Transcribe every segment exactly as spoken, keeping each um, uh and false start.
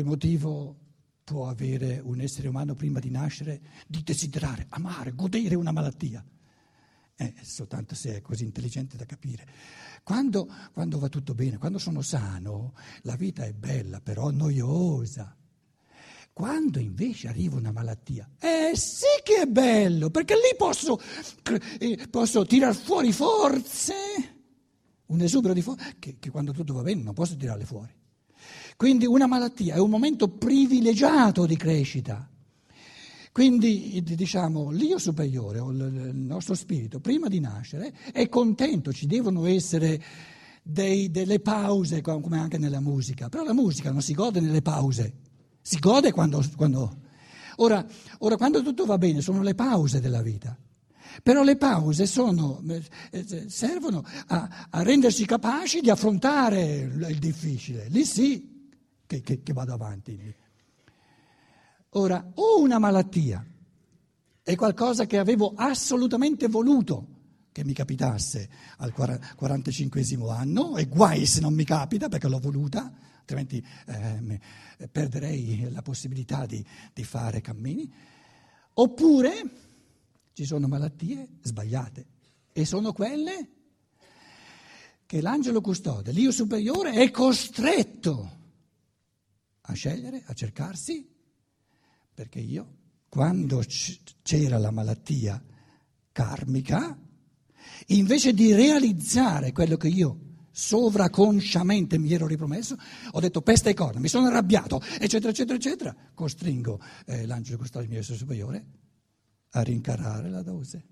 che motivo può avere un essere umano prima di nascere di desiderare, amare, godere una malattia? Eh, soltanto se è così intelligente da capire. Quando, quando va tutto bene, quando sono sano, la vita è bella, però noiosa. Quando invece arriva una malattia, eh sì che è bello, perché lì posso, eh, posso tirar fuori forze, un esubero di forze, che, che quando tutto va bene non posso tirarle fuori. Quindi una malattia è un momento privilegiato di crescita. Quindi diciamo l'io superiore o il nostro spirito prima di nascere è contento, ci devono essere dei, delle pause come anche nella musica, però la musica non si gode nelle pause, si gode quando... quando... Ora, ora quando tutto va bene sono le pause della vita, però le pause sono, servono a, a rendersi capaci di affrontare il difficile, lì sì che, che, che vado avanti. Ora, o una malattia è qualcosa che avevo assolutamente voluto che mi capitasse al quarantacinquesimo anno, e guai se non mi capita perché l'ho voluta, altrimenti eh, perderei la possibilità di, di fare cammini, oppure ci sono malattie sbagliate e sono quelle che l'angelo custode, l'io superiore, è costretto a scegliere, a cercarsi. Perché io, quando c'era la malattia karmica, invece di realizzare quello che io sovraconsciamente mi ero ripromesso, ho detto peste e corna, mi sono arrabbiato, eccetera, eccetera, eccetera. Costringo eh, l'angelo custode, il mio essere superiore, a rincarare la dose.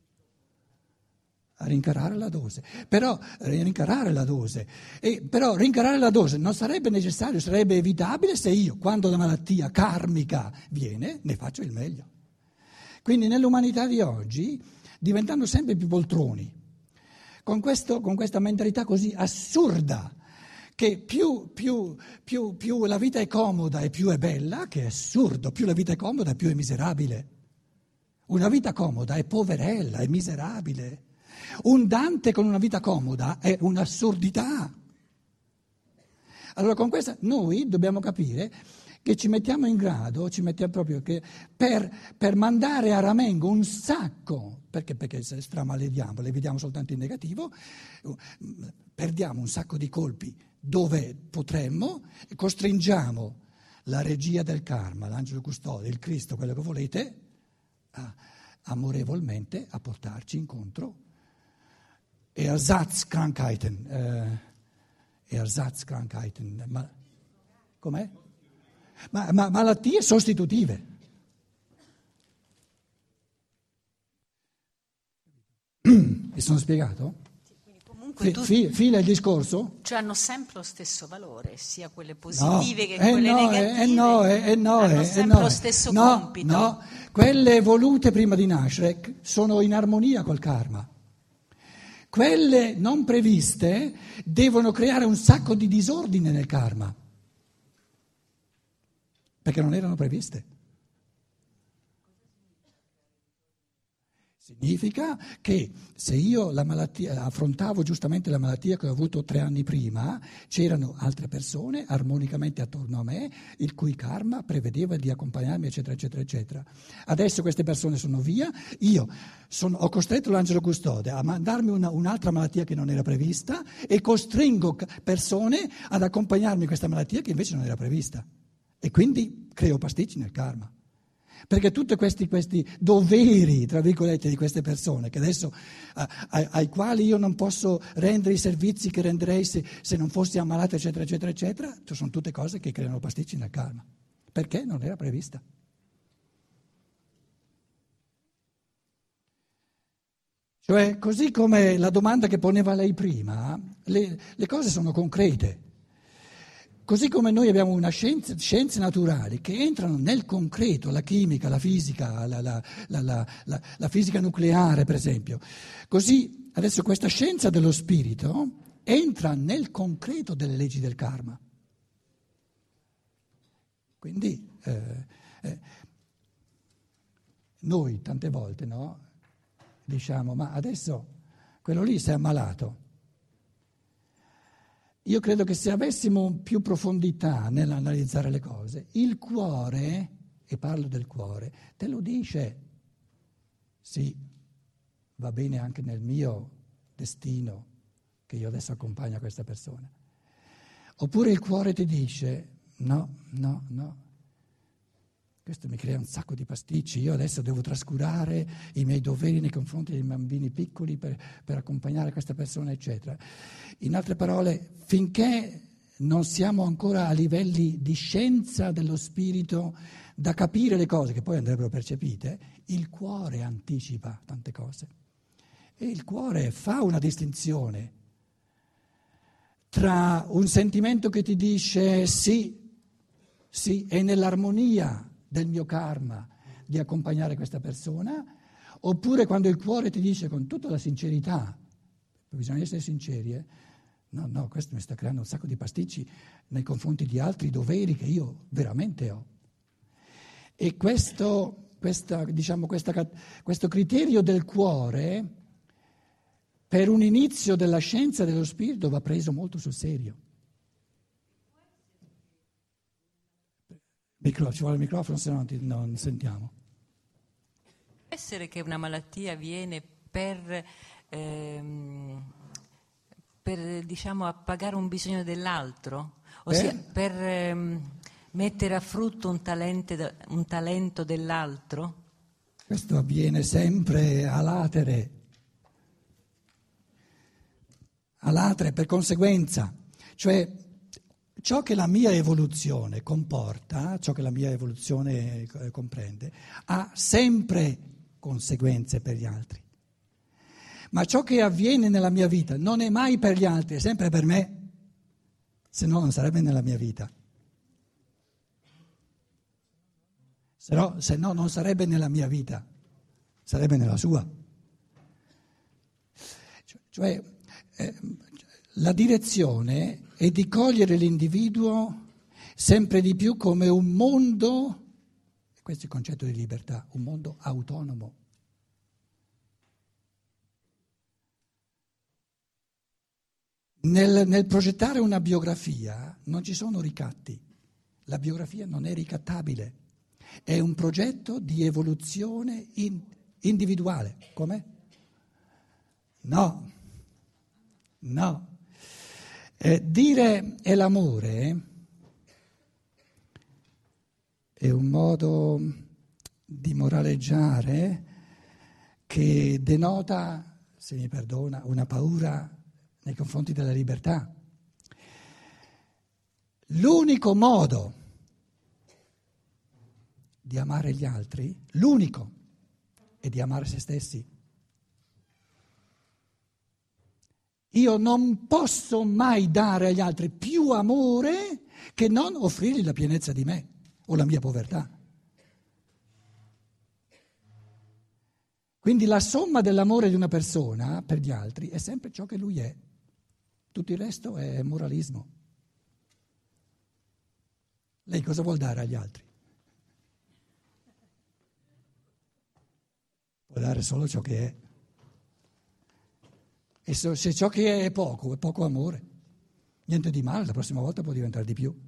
A rincarare la dose, però rincarare la dose, e però rincarare la dose non sarebbe necessario, sarebbe evitabile se io, quando la malattia karmica viene, ne faccio il meglio. Quindi nell'umanità di oggi, diventando sempre più poltroni, con, questo, con questa mentalità così assurda, che più, più, più, più la vita è comoda e più è bella, che è assurdo, più la vita è comoda più è miserabile. Una vita comoda è poverella, è miserabile. Un Dante con una vita comoda è un'assurdità. Allora con questa noi dobbiamo capire che ci mettiamo in grado, ci mettiamo proprio che per, per mandare a ramengo un sacco, perché, perché se stramalediamo, le vediamo soltanto in negativo, perdiamo un sacco di colpi dove potremmo, costringiamo la regia del karma, l'angelo custode, il Cristo, quello che volete, a, amorevolmente a portarci incontro. Ersatzkrankheiten, eh, Ersatzkrankheiten, ma, com'è? Ma, ma, malattie sostitutive. Mi sono spiegato? Quindi comunque F- fi- fila il discorso? Cioè hanno sempre lo stesso valore, sia quelle positive No, che eh quelle no, negative. Eh no, eh no, hanno eh sempre no, lo stesso no, compito. No, quelle volute prima di nascere sono in armonia col karma. Quelle non previste devono creare un sacco di disordine nel karma, perché non erano previste. Significa che se io la malattia, affrontavo giustamente la malattia che ho avuto tre anni prima, c'erano altre persone armonicamente attorno a me, il cui karma prevedeva di accompagnarmi, eccetera, eccetera, eccetera. Adesso queste persone sono via, io sono, ho costretto l'angelo custode a mandarmi una, un'altra malattia che non era prevista e costringo persone ad accompagnarmi in questa malattia che invece non era prevista. E quindi creo pasticci nel karma. Perché tutti questi, questi doveri, tra virgolette, di queste persone, che adesso, ai, ai quali io non posso rendere i servizi che renderei se, se non fossi ammalato, eccetera, eccetera, eccetera, sono tutte cose che creano pasticci nel karma. Perché non era prevista. Cioè, così come la domanda che poneva lei prima, le, le cose sono concrete. Così come noi abbiamo una scienza, scienze naturali che entrano nel concreto, la chimica, la fisica, la, la, la, la, la fisica nucleare per esempio, così adesso questa scienza dello spirito entra nel concreto delle leggi del karma. Quindi eh, eh, noi tante volte no, diciamo ma adesso quello lì si è ammalato. io credo che se avessimo più profondità nell'analizzare le cose, il cuore, e parlo del cuore, te lo dice, sì, va bene anche nel mio destino che io adesso accompagno a questa persona. Oppure il cuore ti dice, no, no, no, questo mi crea un sacco di pasticci, io adesso devo trascurare i miei doveri nei confronti dei bambini piccoli per, per accompagnare questa persona, eccetera. In altre parole, finché non siamo ancora a livelli di scienza dello spirito da capire le cose che poi andrebbero percepite, il cuore anticipa tante cose. E il cuore fa una distinzione tra un sentimento che ti dice sì, sì, è nell'armonia del mio karma di accompagnare questa persona, oppure quando il cuore ti dice con tutta la sincerità, bisogna essere sinceri, eh, no, no, questo mi sta creando un sacco di pasticci nei confronti di altri doveri che io veramente ho. E questo, questa, diciamo, questa, questo criterio del cuore, per un inizio della scienza dello spirito, va preso molto sul serio. Micro, ci vuole il microfono, se no non, ti, non sentiamo. Può essere che una malattia avviene per, ehm, per diciamo, appagare un bisogno dell'altro? Ossia, eh? per ehm, mettere a frutto un talento, un talento dell'altro? Questo avviene sempre a latere. A latere, per conseguenza. Cioè, ciò che la mia evoluzione comporta, ciò che la mia evoluzione eh, comprende, ha sempre conseguenze per gli altri. Ma ciò che avviene nella mia vita non è mai per gli altri, è sempre per me, se no non sarebbe nella mia vita. Se no, se no non sarebbe nella mia vita, sarebbe nella sua. Cioè, eh, la direzione è di cogliere l'individuo sempre di più come un mondo, e questo è il concetto di libertà, un mondo autonomo. Nel, nel progettare una biografia non ci sono ricatti, la biografia non è ricattabile, è un progetto di evoluzione in, individuale. Com'è? No, no. Eh, dire è l'amore è un modo di moraleggiare che denota, se mi perdona, una paura nei confronti della libertà. L'unico modo di amare gli altri, l'unico, è di amare se stessi. Io non posso mai dare agli altri più amore che non offrirgli la pienezza di me o la mia povertà. Quindi la somma dell'amore di una persona per gli altri è sempre ciò che lui è. Tutto il resto è moralismo. Lei cosa vuol dare agli altri? Può dare solo ciò che è. E se ciò che è è poco, è poco amore. Niente di male, la prossima volta può diventare di più.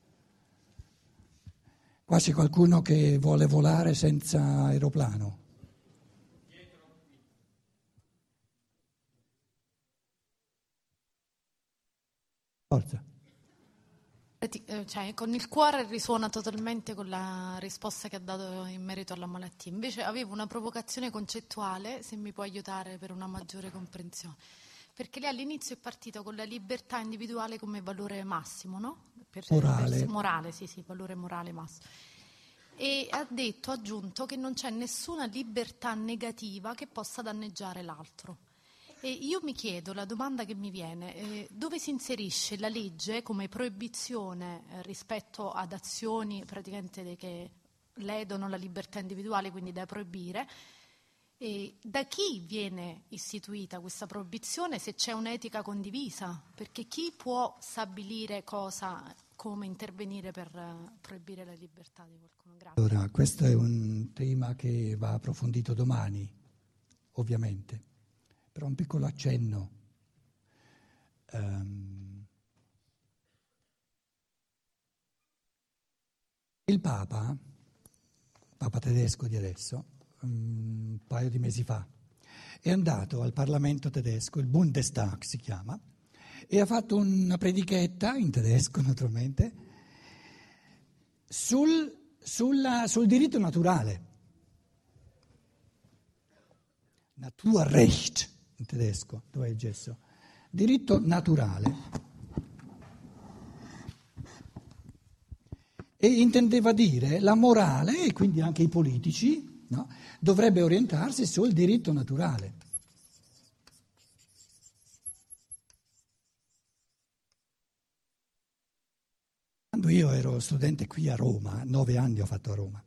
Qua c'è qualcuno che vuole volare senza aeroplano. Forza. Cioè, con il cuore risuona totalmente con la risposta che ha dato in merito alla malattia. Invece avevo una provocazione concettuale, se mi può aiutare per una maggiore comprensione. Perché lei all'inizio è partita con la libertà individuale come valore massimo, no? Per, morale. Per, morale, sì, sì, valore morale massimo. E ha detto, ha aggiunto, che non c'è nessuna libertà negativa che possa danneggiare l'altro. E io mi chiedo, la domanda che mi viene, eh, dove si inserisce la legge come proibizione eh, rispetto ad azioni praticamente che ledono la libertà individuale, quindi da proibire, e da chi viene istituita questa proibizione se c'è un'etica condivisa? Perché chi può stabilire cosa, come intervenire per uh, proibire la libertà di qualcuno? Grazie. Allora, questo è un tema che va approfondito domani, ovviamente. Però un piccolo accenno. Um, Il Papa, Papa tedesco di adesso, un paio di mesi fa, è andato al Parlamento tedesco, il Bundestag si chiama, e ha fatto una predichetta, in tedesco naturalmente, sul, sulla, sul diritto naturale. Naturrecht in tedesco, dov'è il gesso? Diritto naturale. E intendeva dire la morale, e quindi anche i politici, no, dovrebbe orientarsi sul diritto naturale. Quando io ero studente qui a Roma, nove anni ho fatto a Roma,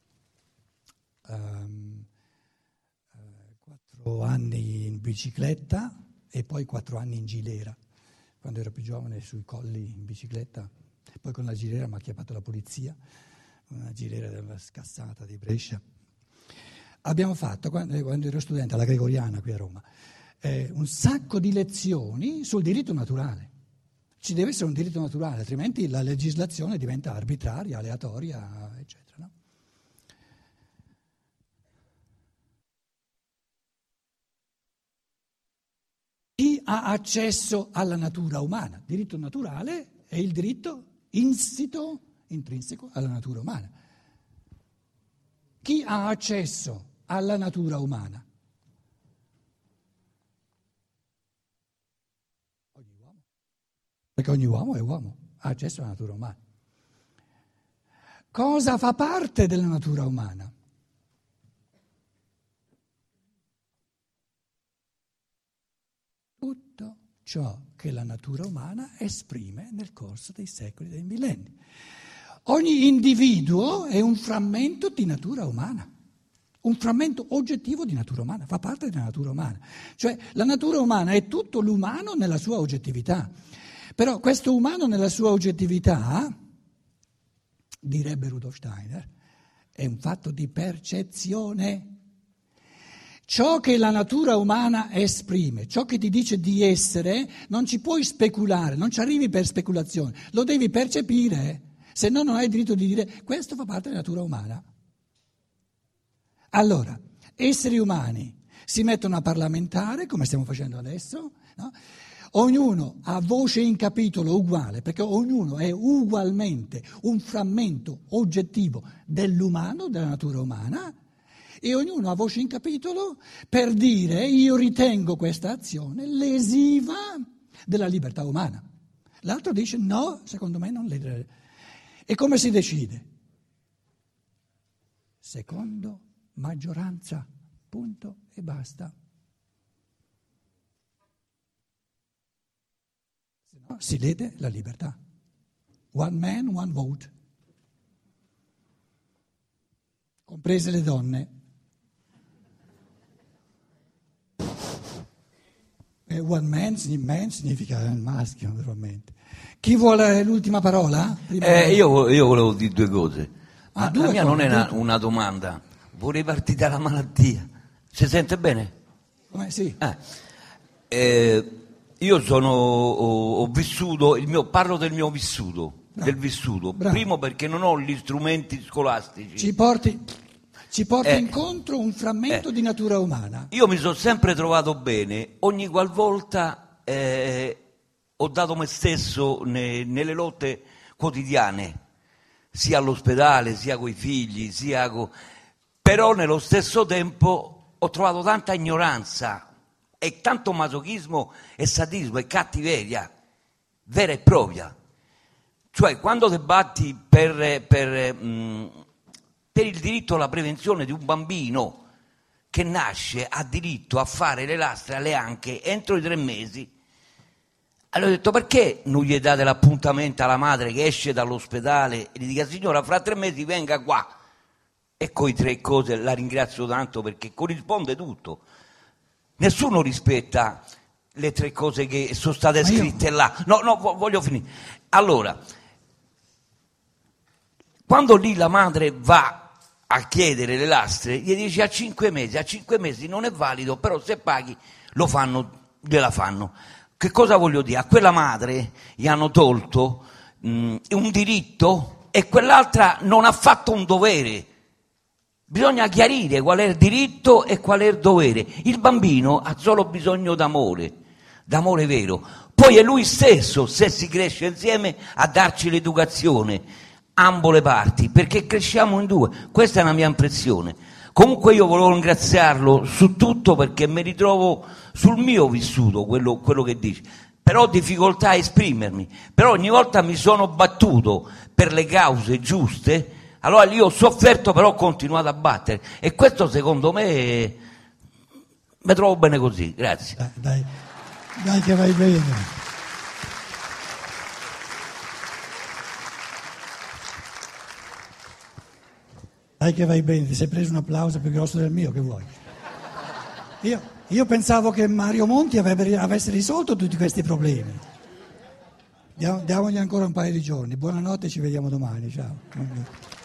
um, quattro anni in bicicletta e poi quattro anni in gilera. Quando ero più giovane sui colli in bicicletta, e poi con la gilera mi ha chiamato la polizia, una gilera della scassata di Brescia. Abbiamo fatto, quando, quando ero studente alla Gregoriana qui a Roma, eh, un sacco di lezioni sul diritto naturale. Ci deve essere un diritto naturale, altrimenti la legislazione diventa arbitraria, aleatoria, eccetera. No? Chi ha accesso alla natura umana? Diritto naturale è il diritto insito, intrinseco alla natura umana. Chi ha accesso alla natura umana? Ogni uomo. Perché ogni uomo è uomo, ha accesso alla natura umana. Cosa fa parte della natura umana? Tutto ciò che la natura umana esprime nel corso dei secoli e dei millenni. Ogni individuo è un frammento di natura umana, un frammento oggettivo di natura umana, fa parte della natura umana. Cioè la natura umana è tutto l'umano nella sua oggettività, però questo umano nella sua oggettività, direbbe Rudolf Steiner, è un fatto di percezione. Ciò che la natura umana esprime, ciò che ti dice di essere, non ci puoi speculare, non ci arrivi per speculazione, lo devi percepire, se no non hai il diritto di dire questo fa parte della natura umana. Allora, esseri umani si mettono a parlamentare, come stiamo facendo adesso, no? Ognuno ha voce in capitolo uguale, perché ognuno è ugualmente un frammento oggettivo dell'umano, della natura umana, e ognuno ha voce in capitolo per dire io ritengo questa azione lesiva della libertà umana. L'altro dice no, secondo me non le. E come si decide? Secondo maggioranza, punto e basta. Se no si lede la libertà. One man, one vote. Comprese le donne. E one man, man significa maschio, naturalmente. Chi vuole l'ultima parola? Eh, io, io volevo dire due cose. Ah, Ma due la mia cose, non è una, due. una domanda, vorrei partire dalla malattia. Si sente bene? Come, sì. Eh. Eh, io sono, ho, ho vissuto, il mio, parlo del mio vissuto, Bravo. del vissuto. Bravo. Primo perché non ho gli strumenti scolastici. Ci porti, ci porti Eh. incontro un frammento Eh. di natura umana. Io mi sono sempre trovato bene, ogni qualvolta eh, ho dato me stesso ne- nelle lotte quotidiane, sia all'ospedale, sia coi figli, sia co... però nello stesso tempo ho trovato tanta ignoranza e tanto masochismo e sadismo e cattiveria vera e propria. Cioè quando ti batti per, per, mh, per il diritto alla prevenzione di un bambino che nasce, ha diritto a fare le lastre alle anche entro i tre mesi, allora ho detto perché non gli date l'appuntamento alla madre che esce dall'ospedale e gli dica signora fra tre mesi venga qua, e coi tre cose la ringrazio tanto perché corrisponde tutto. Nessuno rispetta le tre cose che sono state Ma io- scritte là. No, no, vo- voglio finire. Allora, quando lì la madre va a chiedere le lastre, gli dice a cinque mesi, a cinque mesi non è valido, però se paghi lo fanno, gliela fanno. Che cosa voglio dire? A quella madre gli hanno tolto mh, un diritto e quell'altra non ha fatto un dovere. Bisogna chiarire qual è il diritto e qual è il dovere. Il bambino ha solo bisogno d'amore, d'amore vero. Poi è lui stesso, se si cresce insieme, a darci l'educazione, ambo le parti, perché cresciamo in due. Questa è la mia impressione. Comunque io volevo ringraziarlo su tutto, perché mi ritrovo sul mio vissuto quello, quello che dice. Però ho difficoltà a esprimermi, però ogni volta mi sono battuto per le cause giuste, allora io ho sofferto, però ho continuato a battere, e questo secondo me mi trovo bene così. Grazie. Dai, dai, dai che vai bene. Dai che vai bene, ti sei preso un applauso più grosso del mio, che vuoi? Io, io pensavo che Mario Monti avrebbe, avesse risolto tutti questi problemi. Diamo, diamogli ancora un paio di giorni. Buonanotte, ci vediamo domani. Ciao.